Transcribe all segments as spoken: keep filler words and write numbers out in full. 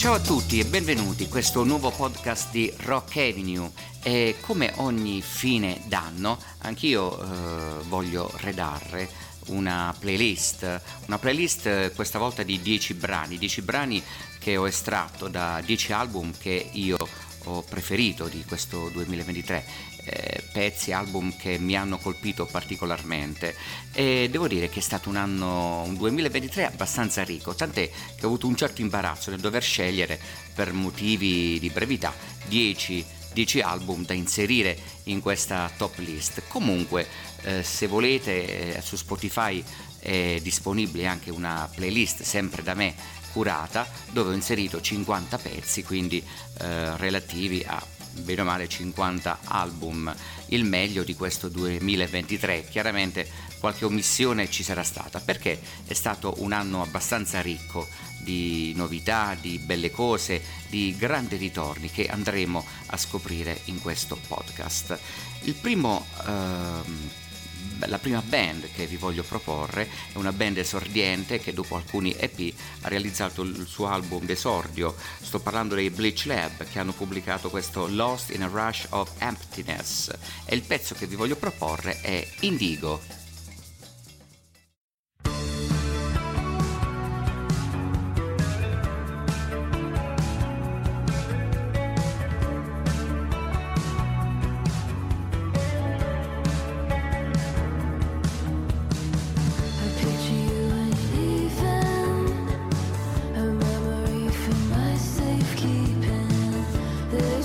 Ciao a tutti e benvenuti a questo nuovo podcast di Rock Avenue e come ogni fine d'anno anch'io eh, voglio redare una playlist, una playlist questa volta di dieci brani, dieci brani che ho estratto da dieci album che io ho preferito di questo duemilaventitré, eh, pezzi, album che mi hanno colpito particolarmente e devo dire che è stato un anno, un duemilaventitré abbastanza ricco, tant'è che ho avuto un certo imbarazzo nel dover scegliere per motivi di brevità dieci album da inserire in questa top list. Comunque eh, se volete eh, su Spotify è disponibile anche una playlist sempre da me curata dove ho inserito cinquanta pezzi, quindi eh, relativi a bene o male cinquanta album, il meglio di questo duemilaventitré. Chiaramente qualche omissione ci sarà stata perché è stato un anno abbastanza ricco di novità, di belle cose, di grandi ritorni che andremo a scoprire in questo podcast. Il primo ehm, La prima band che vi voglio proporre è una band esordiente che dopo alcuni E P ha realizzato il suo album d'esordio. Sto parlando dei Bleach Lab, che hanno pubblicato questo Lost in a Rush of Emptiness e il pezzo che vi voglio proporre è Indigo.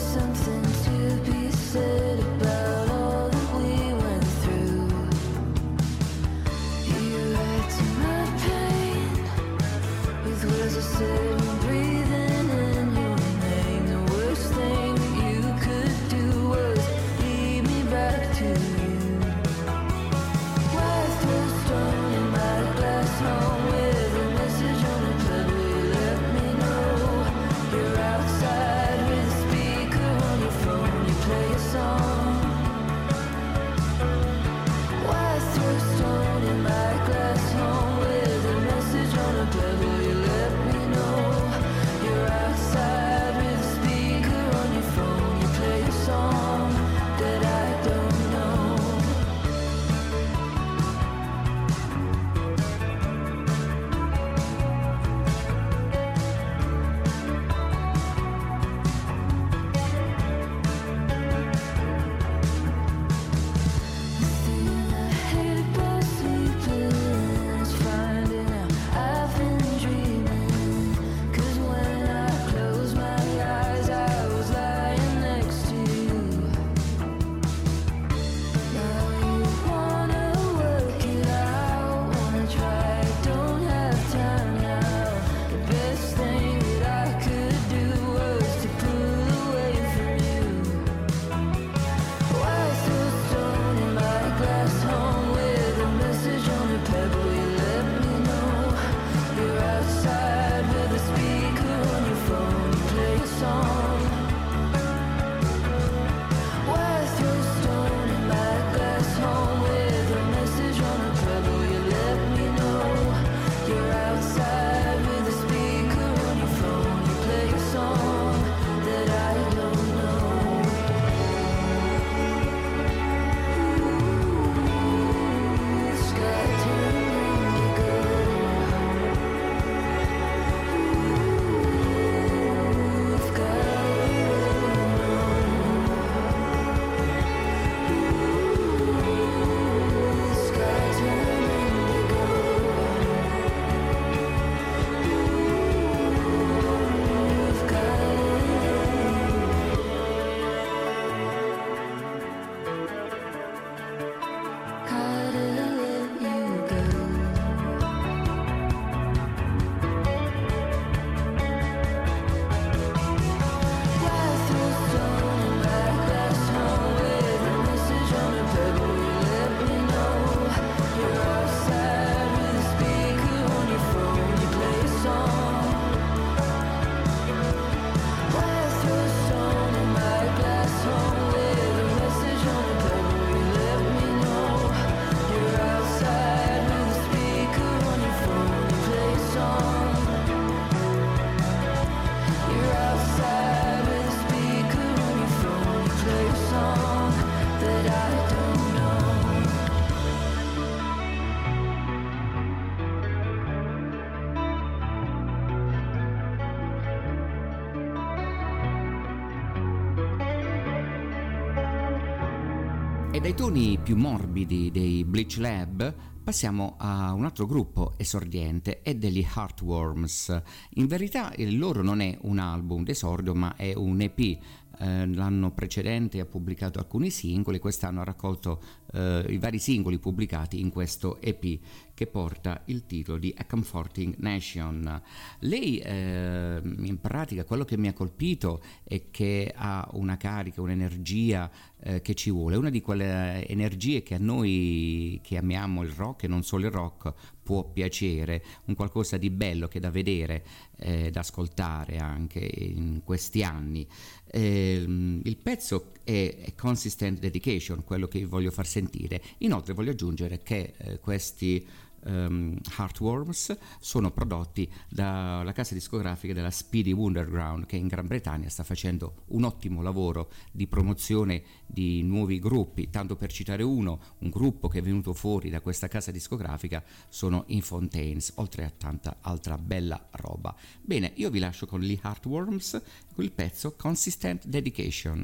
Something to be said about all that we went through. E dai toni più morbidi dei Bleach Lab passiamo a un altro gruppo esordiente, è degli Heartworms. In verità il loro non è un album d'esordio, ma è un E P. Eh, l'anno precedente ha pubblicato alcuni singoli, quest'anno ha raccolto eh, i vari singoli pubblicati in questo E P che porta il titolo di A Comforting Nation. Lei eh, in pratica quello che mi ha colpito è che ha una carica, un'energia eh, che ci vuole, una di quelle energie che a noi che amiamo il rock e non solo il rock può piacere, un qualcosa di bello che da vedere, eh, da ascoltare anche in questi anni. Eh, il pezzo è, è Consistent Dedication, quello che voglio far sentire. Inoltre voglio aggiungere che eh, questi um, Heartworms sono prodotti dalla casa discografica della Speedy Wonderground, che in Gran Bretagna sta facendo un ottimo lavoro di promozione di nuovi gruppi. Tanto per citare uno, un gruppo che è venuto fuori da questa casa discografica sono In Fontaines, oltre a tanta altra bella roba. Bene, io vi lascio con gli Heartworms, con il pezzo Consistent Dedication.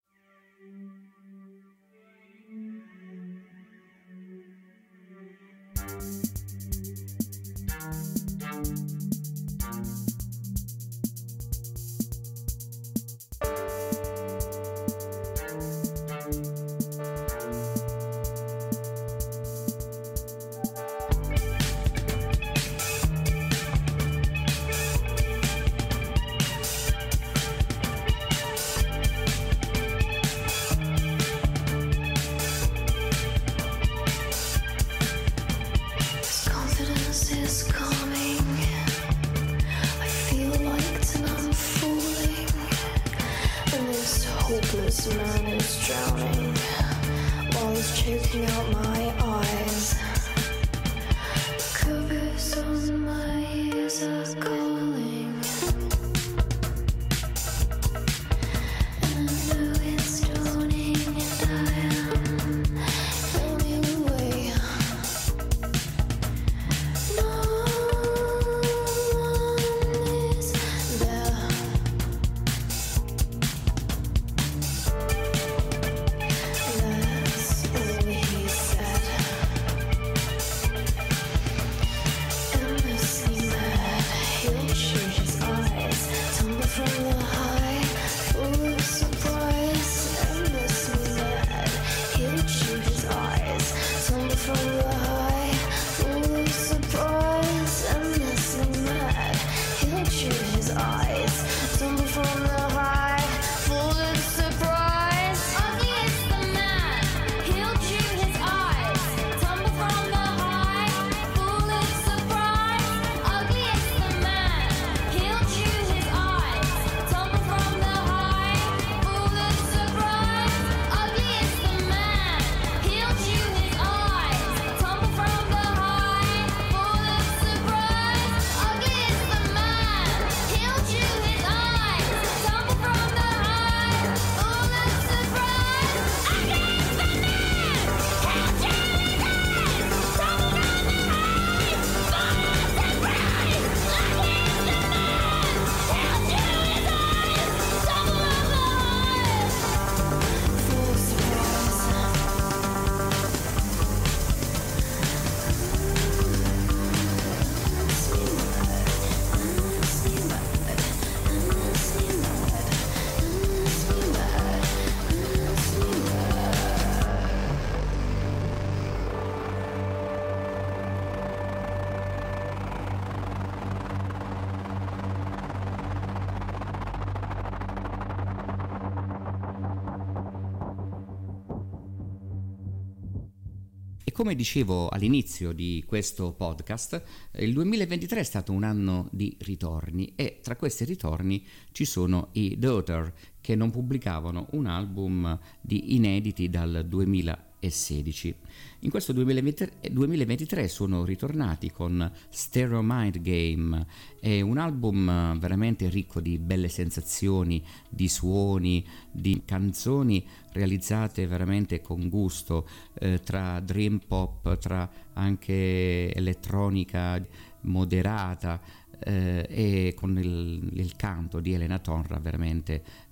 Come dicevo all'inizio di questo podcast, il duemilaventitré è stato un anno di ritorni e tra questi ritorni ci sono i Daughter, che non pubblicavano un album di inediti dal duemilasedici. In questo duemilaventitré sono ritornati con Stereo Mind Game, è un album veramente ricco di belle sensazioni, di suoni, di canzoni realizzate veramente con gusto, eh, tra dream pop, tra anche elettronica moderata, eh, e con il, il canto di Elena Tonra veramente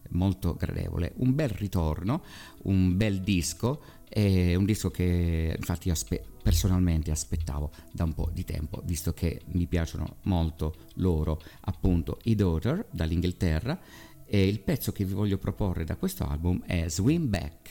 molto gradevole, un bel ritorno, un bel disco, è un disco che infatti aspe- personalmente aspettavo da un po' di tempo, visto che mi piacciono molto loro, appunto i Daughter dall'Inghilterra, e il pezzo che vi voglio proporre da questo album è Swim Back.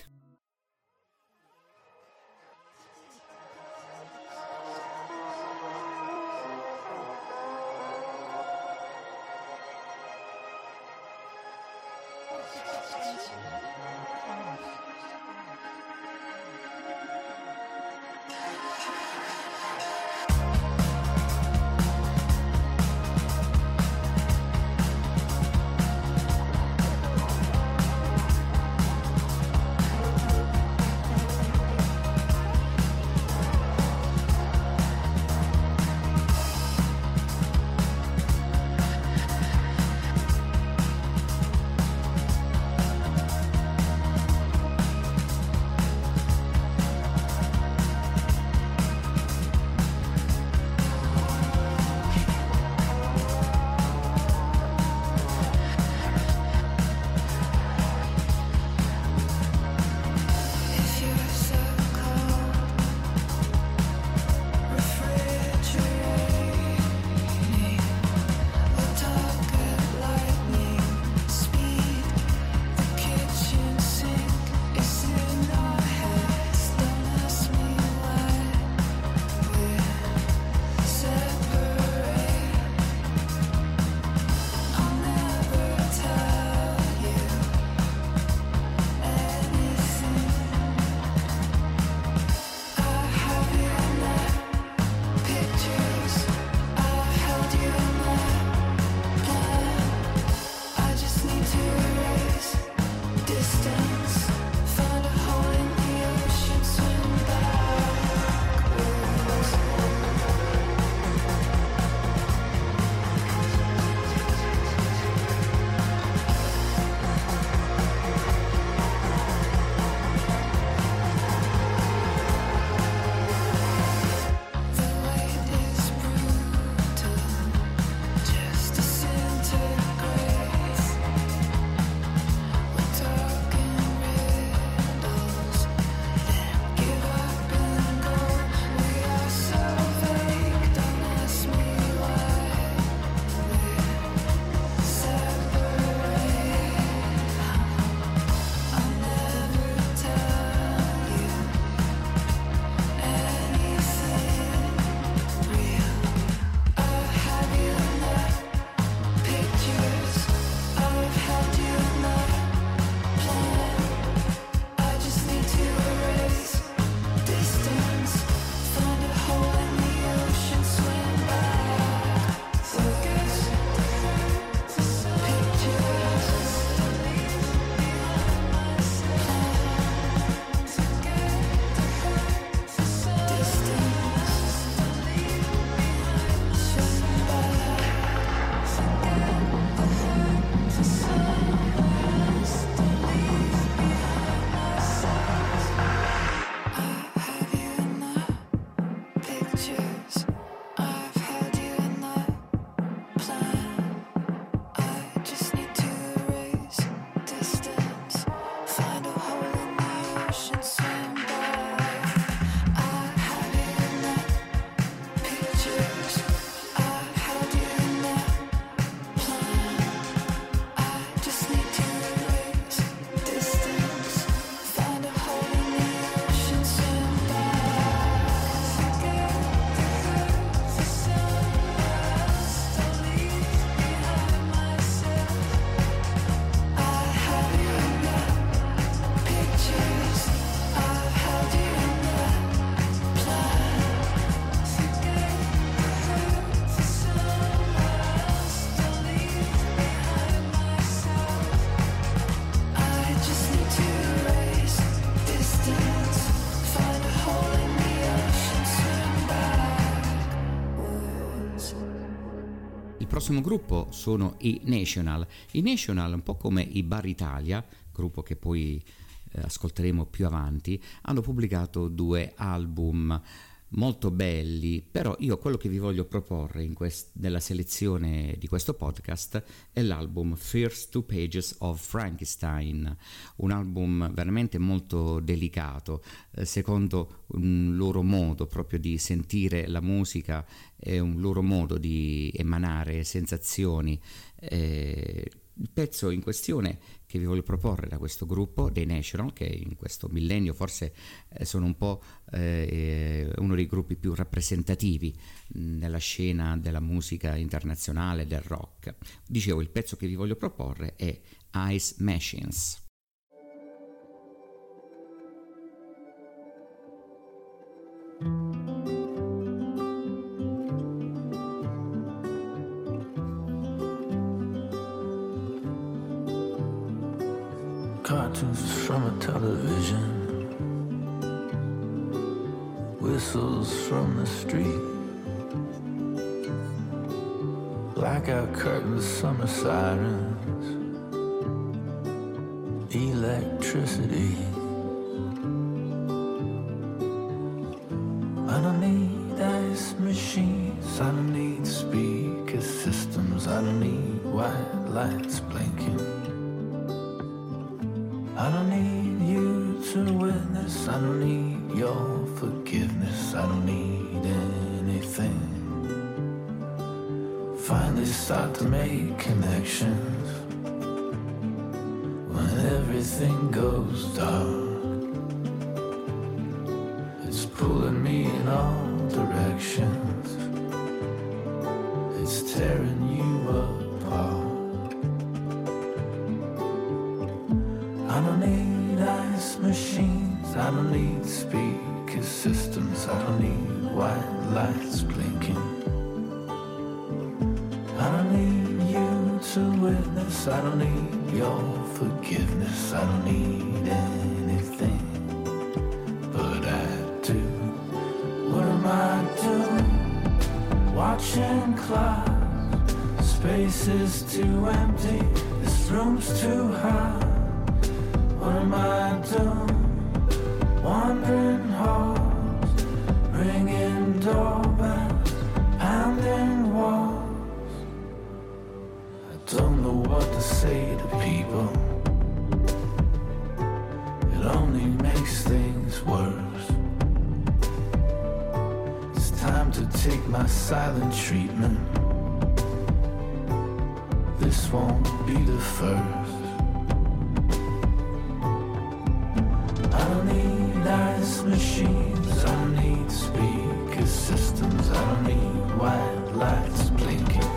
Il prossimo gruppo sono i National. I National, un po' come i Bar Italia, gruppo che poi eh, ascolteremo più avanti, hanno pubblicato due album molto belli, però io quello che vi voglio proporre in quest- nella selezione di questo podcast è l'album First Two Pages of Frankenstein, un album veramente molto delicato, eh, secondo un loro modo proprio di sentire la musica e un loro modo di emanare sensazioni. Eh, il pezzo in questione che vi voglio proporre da questo gruppo dei National, che in questo millennio forse eh, sono un po' eh, uno dei gruppi più rappresentativi mh, nella scena della musica internazionale, del rock. Dicevo, il pezzo che vi voglio proporre è Ice Machines. Cartoons from a television, whistles from the street, blackout curtains, summer sirens, electricity. I don't need ice machines, I don't need speaker systems, I don't need white lights blinking. I don't need you to witness, I don't need your forgiveness, I don't need anything. Finally start to make connections when everything goes dark. It's pulling me in all directions, it's tearing you apart. I don't need ice machines, I don't need speaker systems, I don't need white lights blinking. I don't need you to witness, I don't need your forgiveness, I don't need anything, but I do. What am I doing? Watching clouds, space is too empty, this room's too hot. What am I doing? Wandering halls, ringing doorbells, pounding walls. I don't know what to say to people, it only makes things worse. It's time to take my silent treatment, this won't be the first. I don't need ice machines, I don't need speaker systems, I don't need white lights blinking.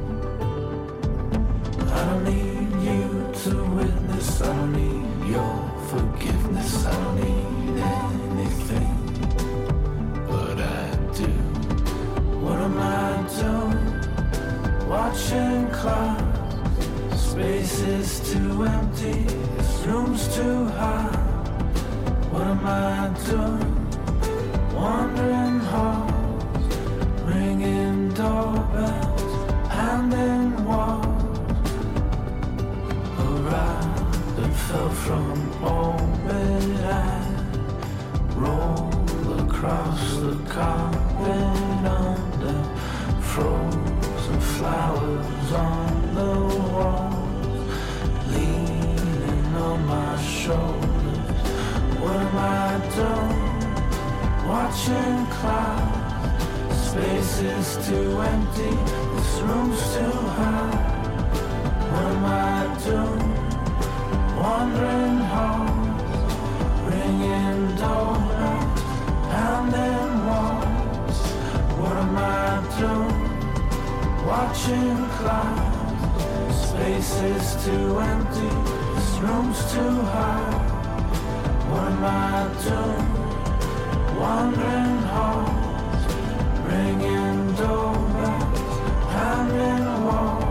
I don't need you to witness, I don't need your forgiveness, I don't need anything, but I do. What am I doing? Watching clouds, space is too empty, this room's too hot. What am I doing? Wandering halls, ringing doorbells, pounding walls. A rider fell from orbit, I roll across the carpet under frozen flowers on the walls, leaning on my shoulder. What am I doing? Watching clouds, space is too empty, this room's too hot. What am I doing? Wandering halls, ringing doorbells, pounding walls. What am I doing? Watching clouds, space is too empty, this room's too hot. What am I doing? Wandering halls, ringing doorbells, pounding walls.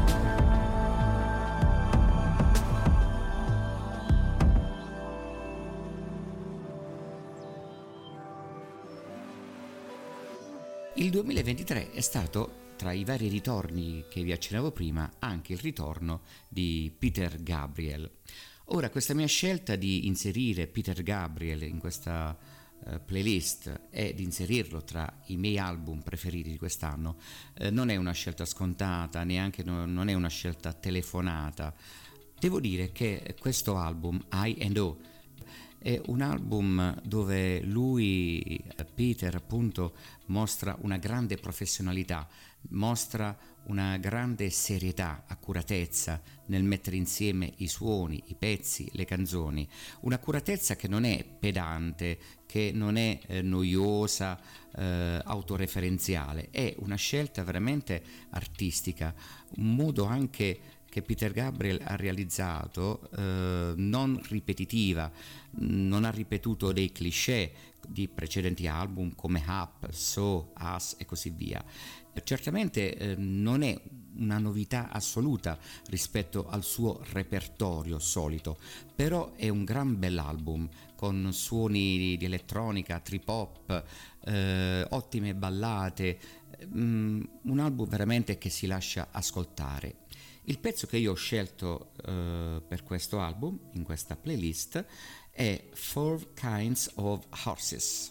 Il duemilaventitré è stato, tra i vari ritorni che vi accennavo prima, anche il ritorno di Peter Gabriel. Ora, questa mia scelta di inserire Peter Gabriel in questa eh, playlist e di inserirlo tra i miei album preferiti di quest'anno eh, non è una scelta scontata, neanche no, non è una scelta telefonata. Devo dire che questo album, I and O, è un album dove lui, Peter, appunto, mostra una grande professionalità, mostra una grande serietà, accuratezza nel mettere insieme i suoni, i pezzi, le canzoni. Un'accuratezza che non è pedante, che non è eh, noiosa, eh, autoreferenziale, è una scelta veramente artistica, un modo anche che Peter Gabriel ha realizzato, eh, non ripetitiva, non ha ripetuto dei cliché di precedenti album come Up, So, Us e così via. Certamente eh, non è una novità assoluta rispetto al suo repertorio solito, però è un gran bell'album con suoni di elettronica, trip hop, eh, ottime ballate, mm, un album veramente che si lascia ascoltare. Il pezzo che io ho scelto uh, per questo album, in questa playlist, è Four Kinds of Horses.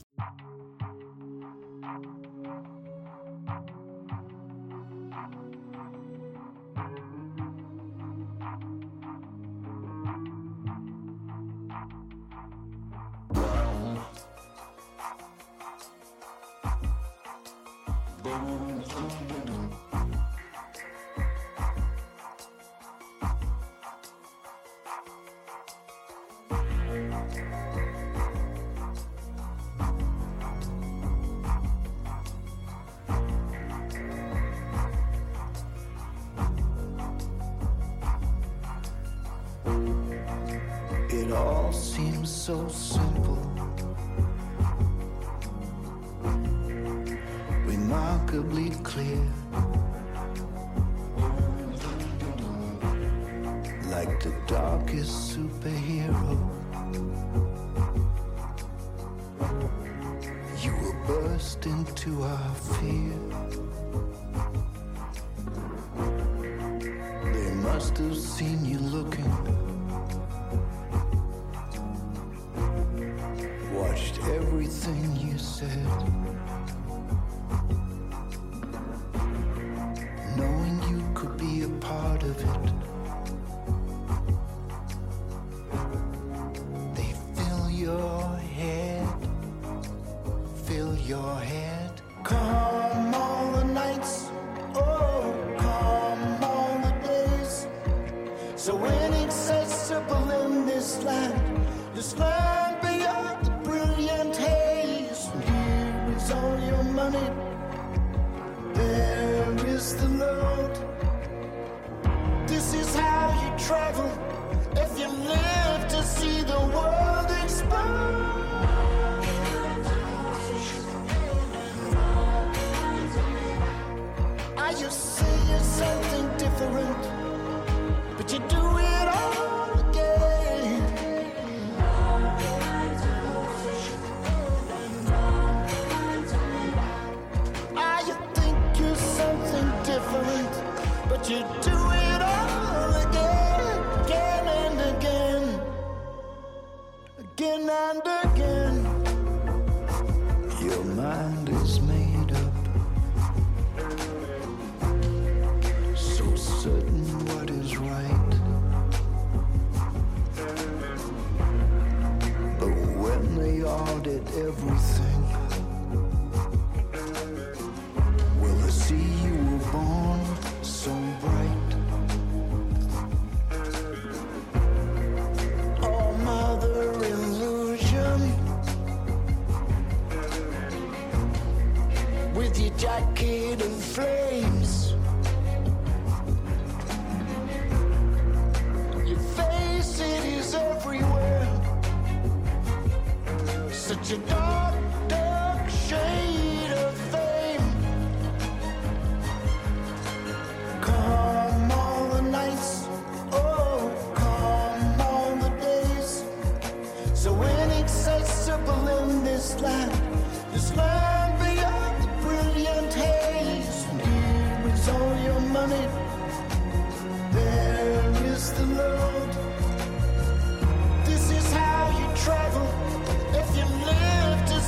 It all seems so simple, remarkably clear, like the darkest superhero. You will burst into our fear. They must have seen you looking, watched everything you said, knowing you could be a part of it. They fill your head, fill your head. Come all the nights, oh, come all the days, so inaccessible in this land, this land beyond the brilliant haze. And here is all your money, there is the load. This is how you travel if you live to see the world explode. Are you saying something different, but you do it all again? Ah, you think you're something different, but you do it all again, again and again, again and again. Your mind is made up, so certain what is right, but when they audit everything, will they see you were born so bright? Oh, mother illusion, with your jacket of flames, your face, it is everywhere, such a dark, dark shade of fame. Come all the nights, oh, come all the days, so inaccessible in this land, this land beyond the brilliant haze. And here is all your money, there is the load. This is how you travel if you live to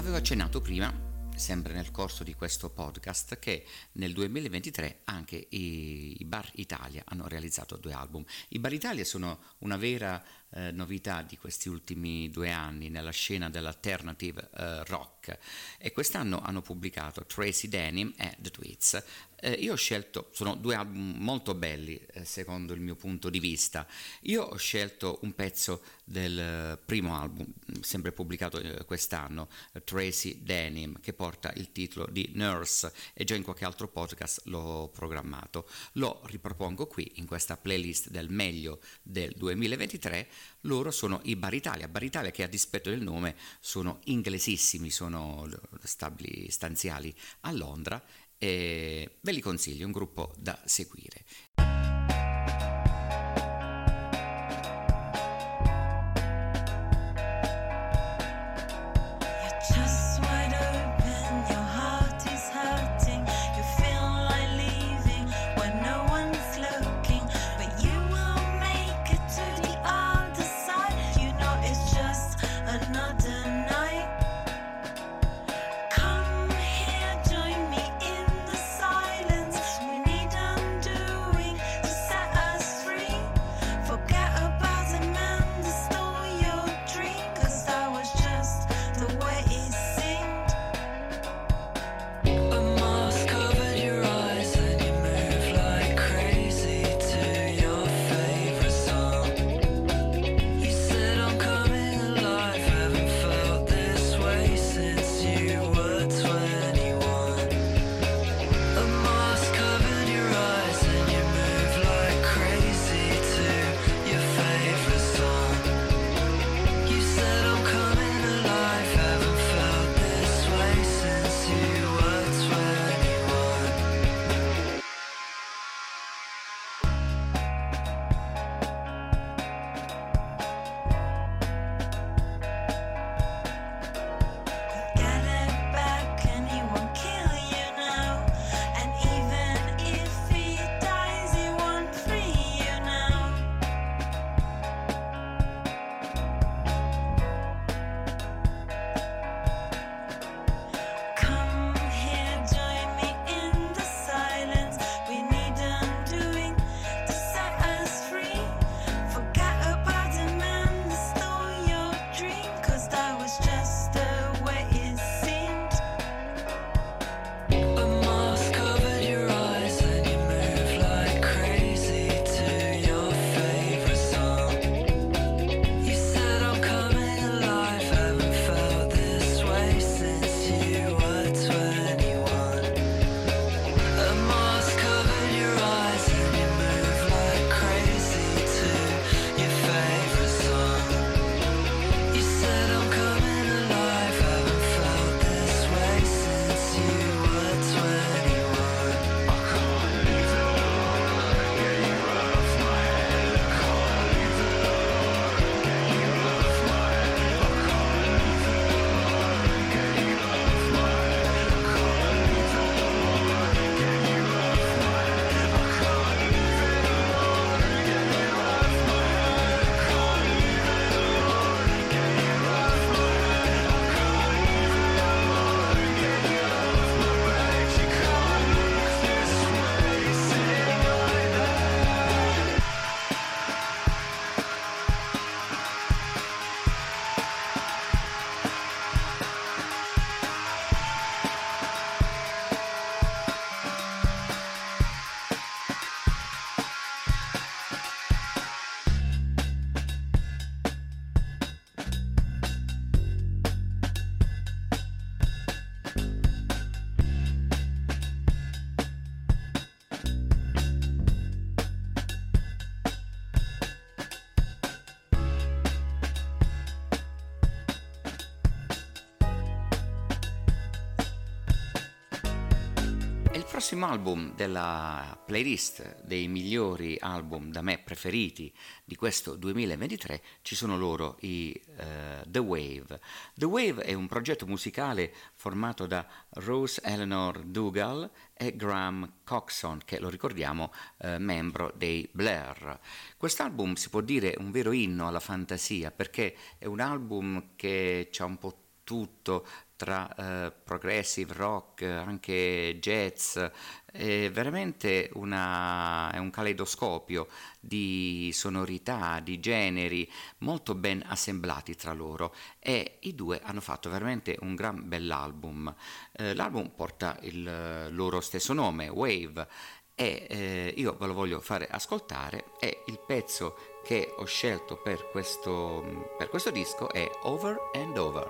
avevo accennato prima, sempre nel corso di questo podcast, che nel duemilaventitré anche i Bar Italia hanno realizzato due album. I Bar Italia sono una vera eh, novità di questi ultimi due anni nella scena dell'alternative eh, rock, e quest'anno hanno pubblicato Tracy Denim e The Tweets. Eh, io ho scelto, sono due album molto belli eh, secondo il mio punto di vista. Io ho scelto un pezzo del primo album, sempre pubblicato eh, quest'anno, Tracy Denim, che porta il titolo di Nurse, e già in qualche altro podcast l'ho programmato. Lo ripropongo qui in questa playlist del meglio del duemilaventitré. Loro sono i Bar Italia, Bar Italia che a dispetto del nome sono inglesissimi, sono stabili stanziali a Londra, e ve li consiglio, è un gruppo da seguire. prossimo album della playlist dei migliori album da me preferiti di questo duemilaventitré ci sono loro i uh, The Wave. The Wave è un progetto musicale formato da Rose Eleanor Dougal e Graham Coxon, che lo ricordiamo eh, membro dei Blur. Quest'album si può dire un vero inno alla fantasia, perché è un album che c'ha un po' tutto, tra eh, progressive rock, anche jazz, è veramente una, è un caleidoscopio di sonorità, di generi molto ben assemblati tra loro, e i due hanno fatto veramente un gran bell'album. Eh, l'album porta il loro stesso nome, Wave, e eh, io ve lo voglio fare ascoltare, e il pezzo che ho scelto per questo, per questo disco è Over and Over.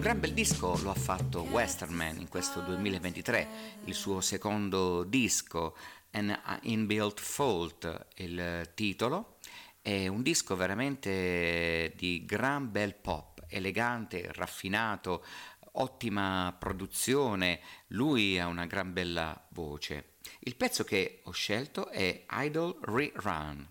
gran bel disco lo ha fatto Westerman in questo duemilaventitré, il suo secondo disco, An Inbuilt Fault, il titolo. È un disco veramente di gran bel pop, elegante, raffinato, ottima produzione, lui ha una gran bella voce. Il pezzo che ho scelto è Idol Rerun.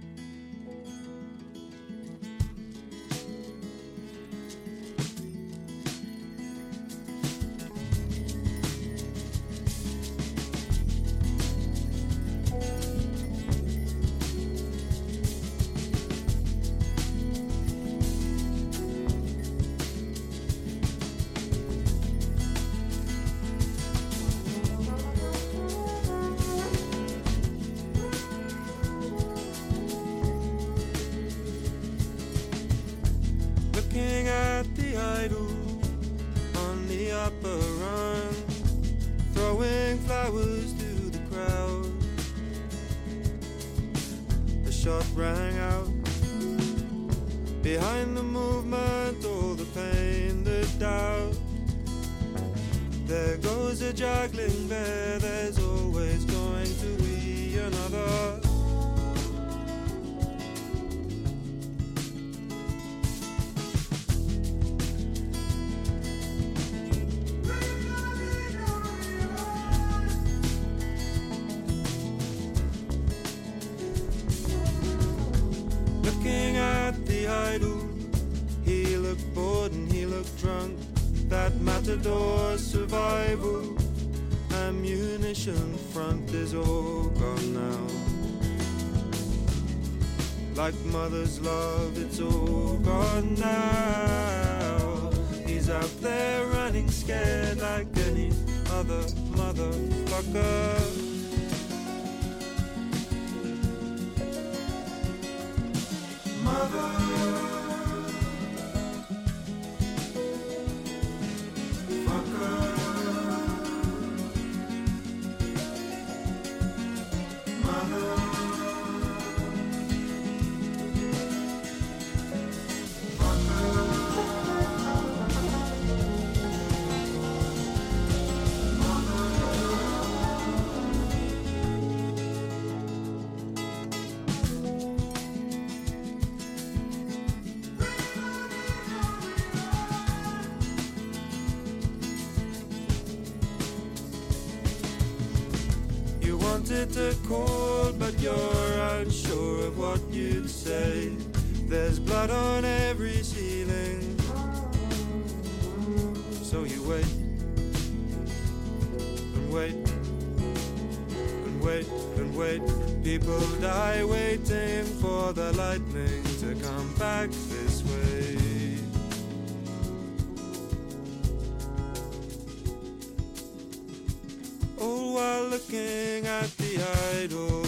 Survival ammunition front is all gone now. Like mother's love, it's all gone now. He's out there running scared like any other motherfucker. Mother to call, but you're unsure of what you'd say. There's blood on every ceiling, so you wait and wait and wait and wait. People die waiting for the lightning to come back this way. All while looking at the idol.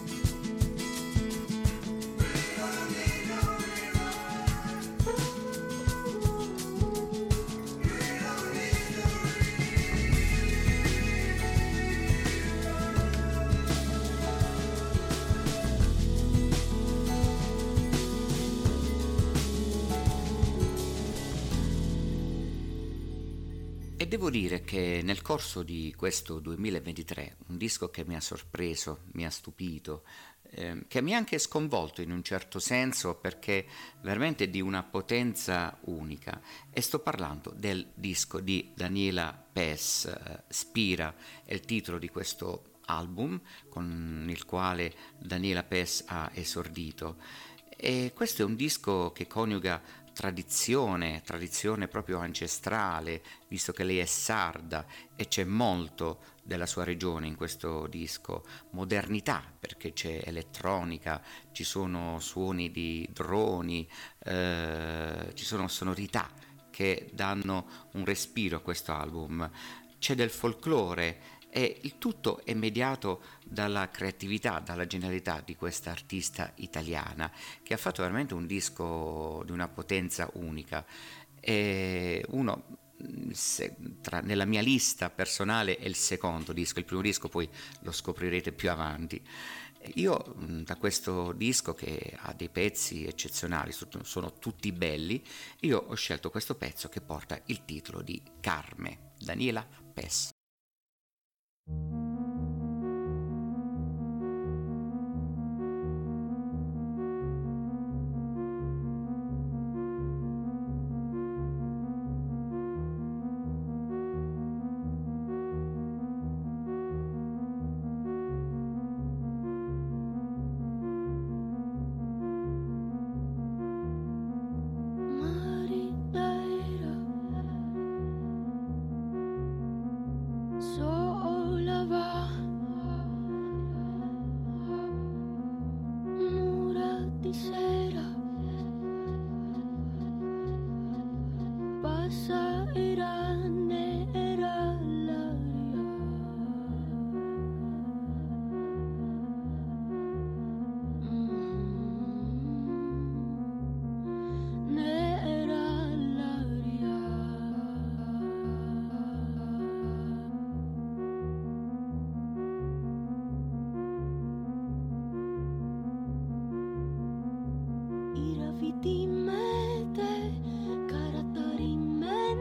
E devo dire che nel corso di questo duemilaventitré, un disco che mi ha sorpreso, mi ha stupito, eh, che mi ha anche sconvolto in un certo senso perché veramente di una potenza unica, e sto parlando del disco di Daniela Paes, eh, Spira è il titolo di questo album con il quale Daniela Paes ha esordito. E questo è un disco che coniuga tradizione, tradizione proprio ancestrale, visto che lei è sarda e c'è molto della sua regione in questo disco, modernità perché c'è elettronica, ci sono suoni di droni, eh, ci sono sonorità che danno un respiro a questo album, c'è del folklore e il tutto è mediato dalla creatività, dalla genialità di questa artista italiana che ha fatto veramente un disco di una potenza unica. E uno se, tra, nella mia lista personale è il secondo disco, il primo disco poi lo scoprirete più avanti. Io da questo disco, che ha dei pezzi eccezionali, sono tutti belli, io ho scelto questo pezzo che porta il titolo di Carme, Daniela Pes. Di mete, caratteri in mente.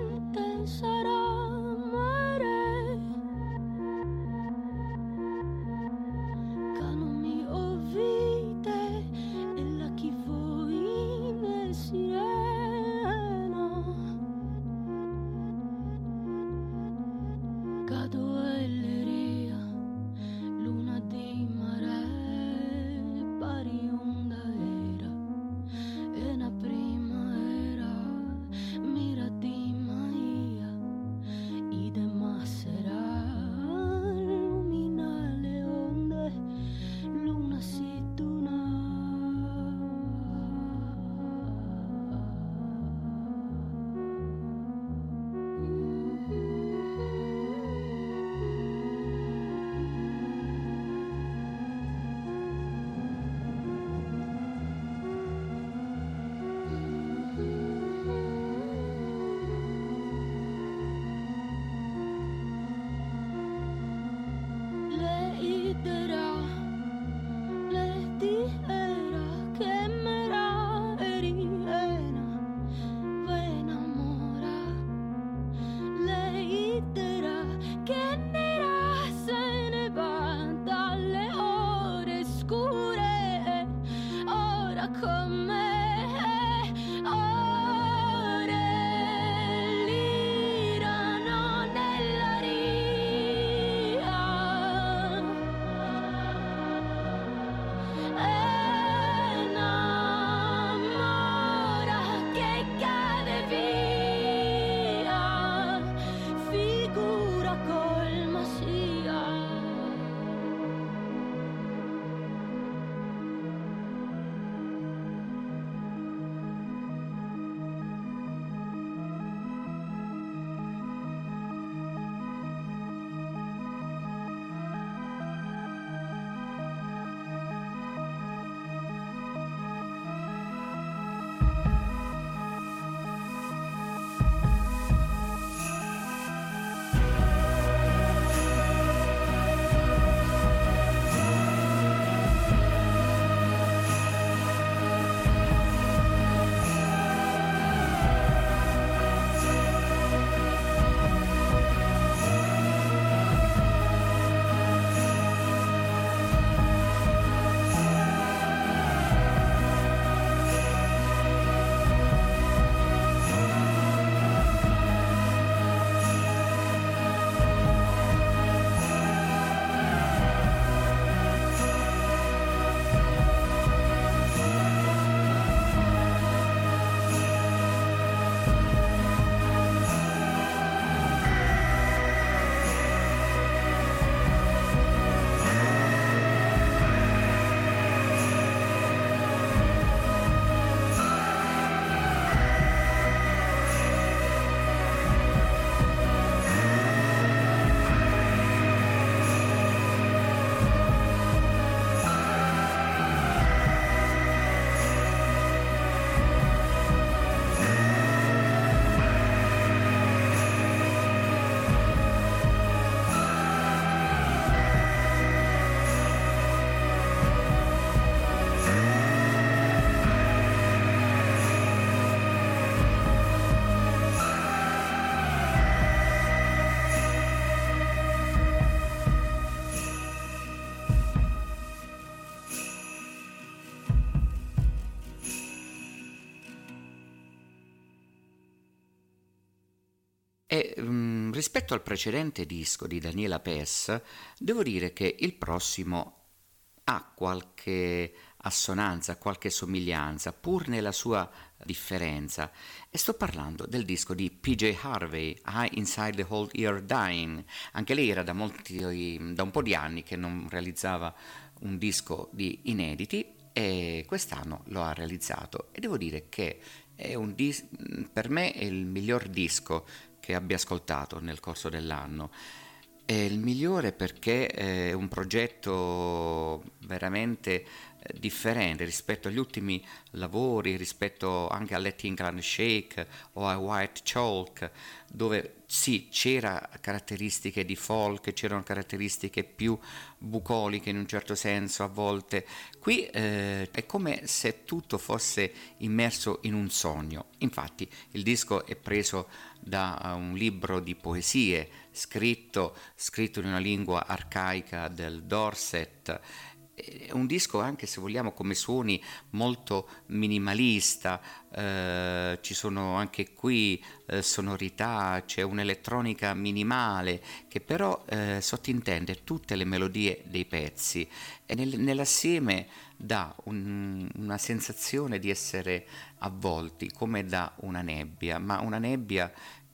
E um, rispetto al precedente disco di Daniela Pes, devo dire che il prossimo ha qualche assonanza, qualche somiglianza, pur nella sua differenza. E sto parlando del disco di P J Harvey, High Inside the Whole Year Dying. Anche lei era da, molti, da un po' di anni che non realizzava un disco di inediti, e quest'anno lo ha realizzato, e devo dire che è un dis- per me è il miglior disco che abbia ascoltato nel corso dell'anno. È il migliore perché è un progetto veramente differente rispetto agli ultimi lavori, rispetto anche a Let England Shake o a White Chalk, dove sì, c'era caratteristiche di folk, c'erano caratteristiche più bucoliche in un certo senso a volte. Qui eh, è come se tutto fosse immerso in un sogno. Infatti il disco è preso da un libro di poesie scritto, scritto in una lingua arcaica del Dorset. È un disco, anche se vogliamo, come suoni molto minimalista, eh, ci sono anche qui eh, sonorità, c'è un'elettronica minimale che però eh, sottintende tutte le melodie dei pezzi, e nel, nell'assieme dà un, una sensazione di essere avvolti come da una nebbia, ma una nebbia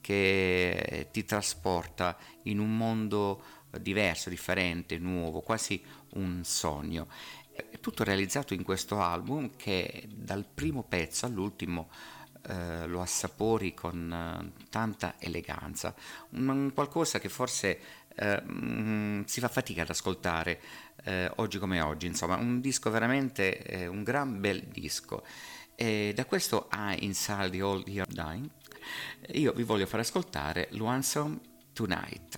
che ti trasporta in un mondo diverso, differente, nuovo, quasi un sogno. È tutto realizzato in questo album che dal primo pezzo all'ultimo eh, lo assapori con eh, tanta eleganza, un, un qualcosa che forse eh, mh, si fa fatica ad ascoltare eh, oggi come oggi, insomma un disco veramente, eh, un gran bel disco. E da questo High Inside the Old Year Dying io vi voglio far ascoltare Lonesome Tonight.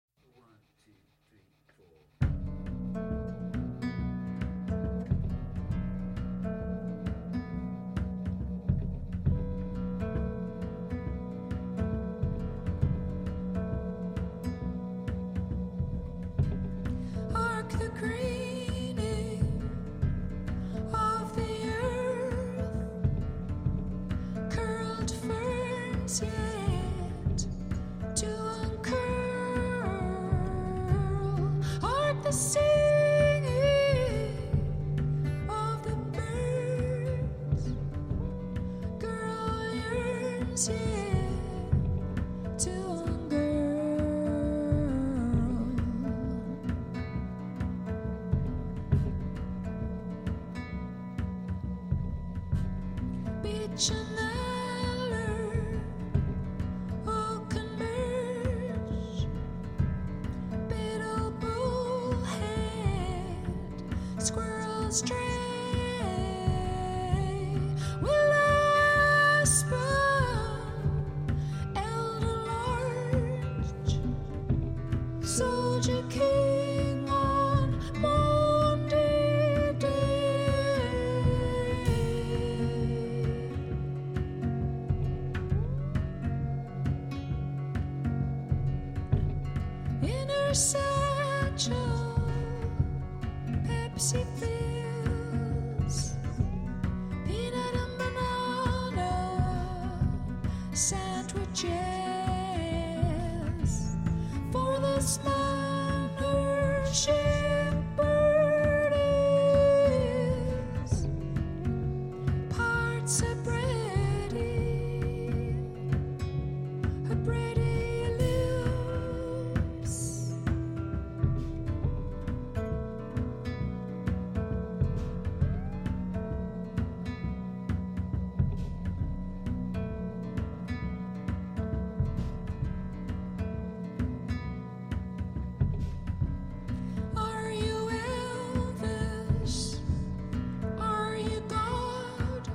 Yet to uncurl, hark the singing of the birds. Girl yearns yet to uncurl. Beach and stray, willow aspen, elder larch, soldier king on Monday day. In her satchel, Pepsi pills, peanut and banana sandwiches for this man her shepherd is, parts of bready, her bready lips. Are you Elvis? Are you God?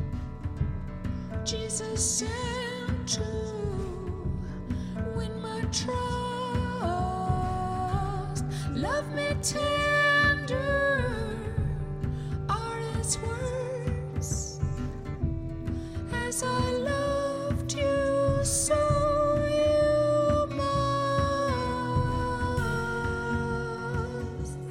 Jesus sent to win my trust. Love me tender are his words, as I loved you so you must.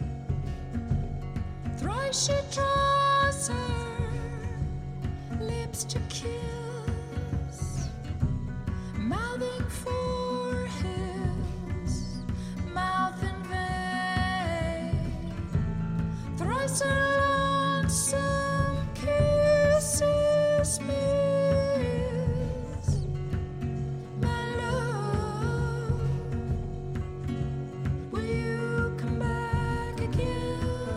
Thrice she draws her lip lips to kiss, mouthing foreheads, mouth in vain, thrice a lonesome kisses miss, my love, will you come back again?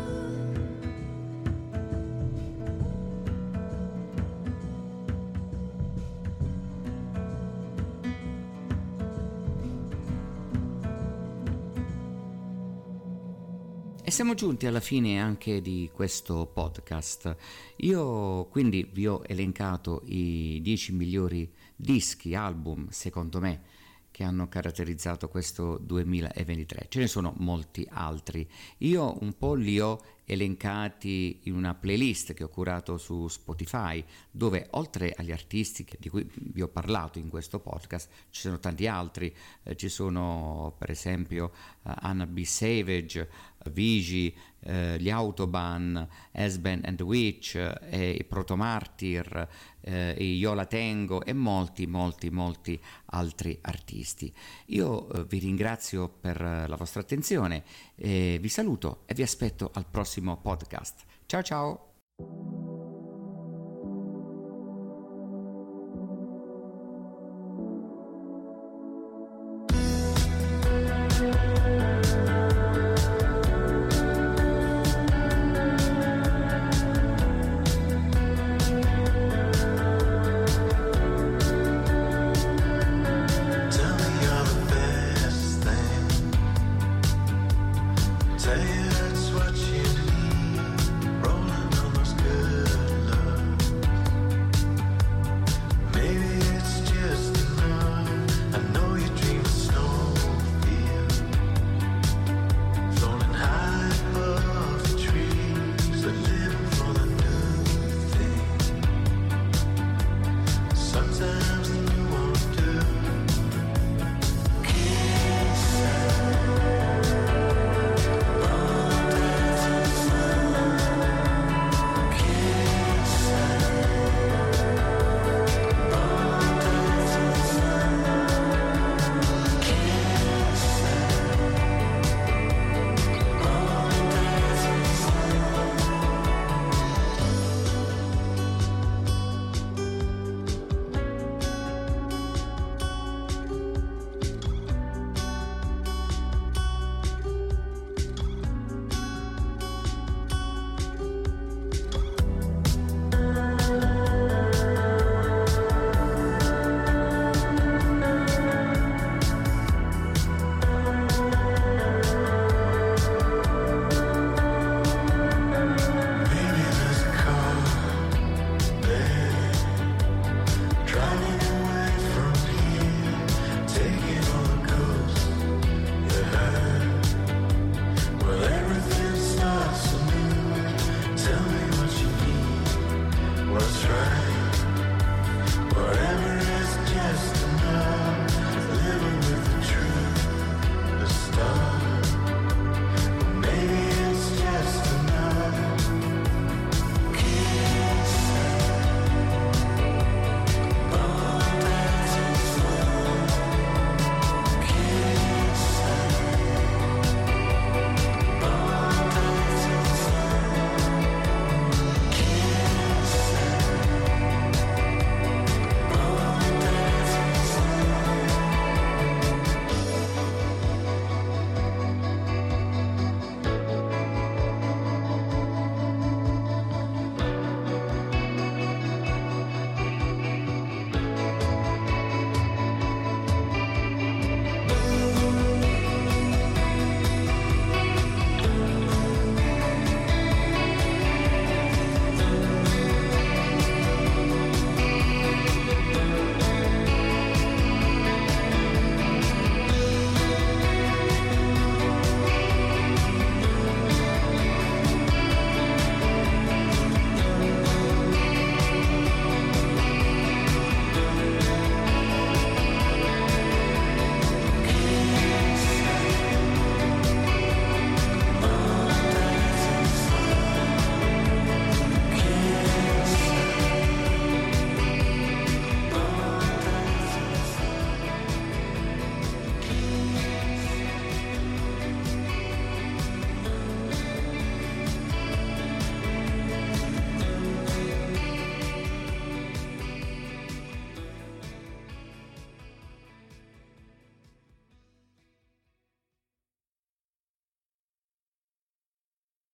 E siamo giunti alla fine anche di questo podcast. Io quindi vi ho elencato i dieci migliori dischi, album, secondo me, che hanno caratterizzato questo duemilaventitré. Ce ne sono molti altri. Io un po' li ho elencati in una playlist che ho curato su Spotify, dove oltre agli artisti che, di cui vi ho parlato in questo podcast, ci sono tanti altri. Eh, ci sono per esempio uh, Anna B. Savage, Vigi, eh, gli Autobahn, Esben and the Witch, eh, i Protomartyr, eh, i Yola Tengo e molti molti molti altri artisti. Io eh, vi ringrazio per la vostra attenzione, eh, vi saluto e vi aspetto al prossimo podcast. Ciao ciao! Tell me you're the best thing. Tell you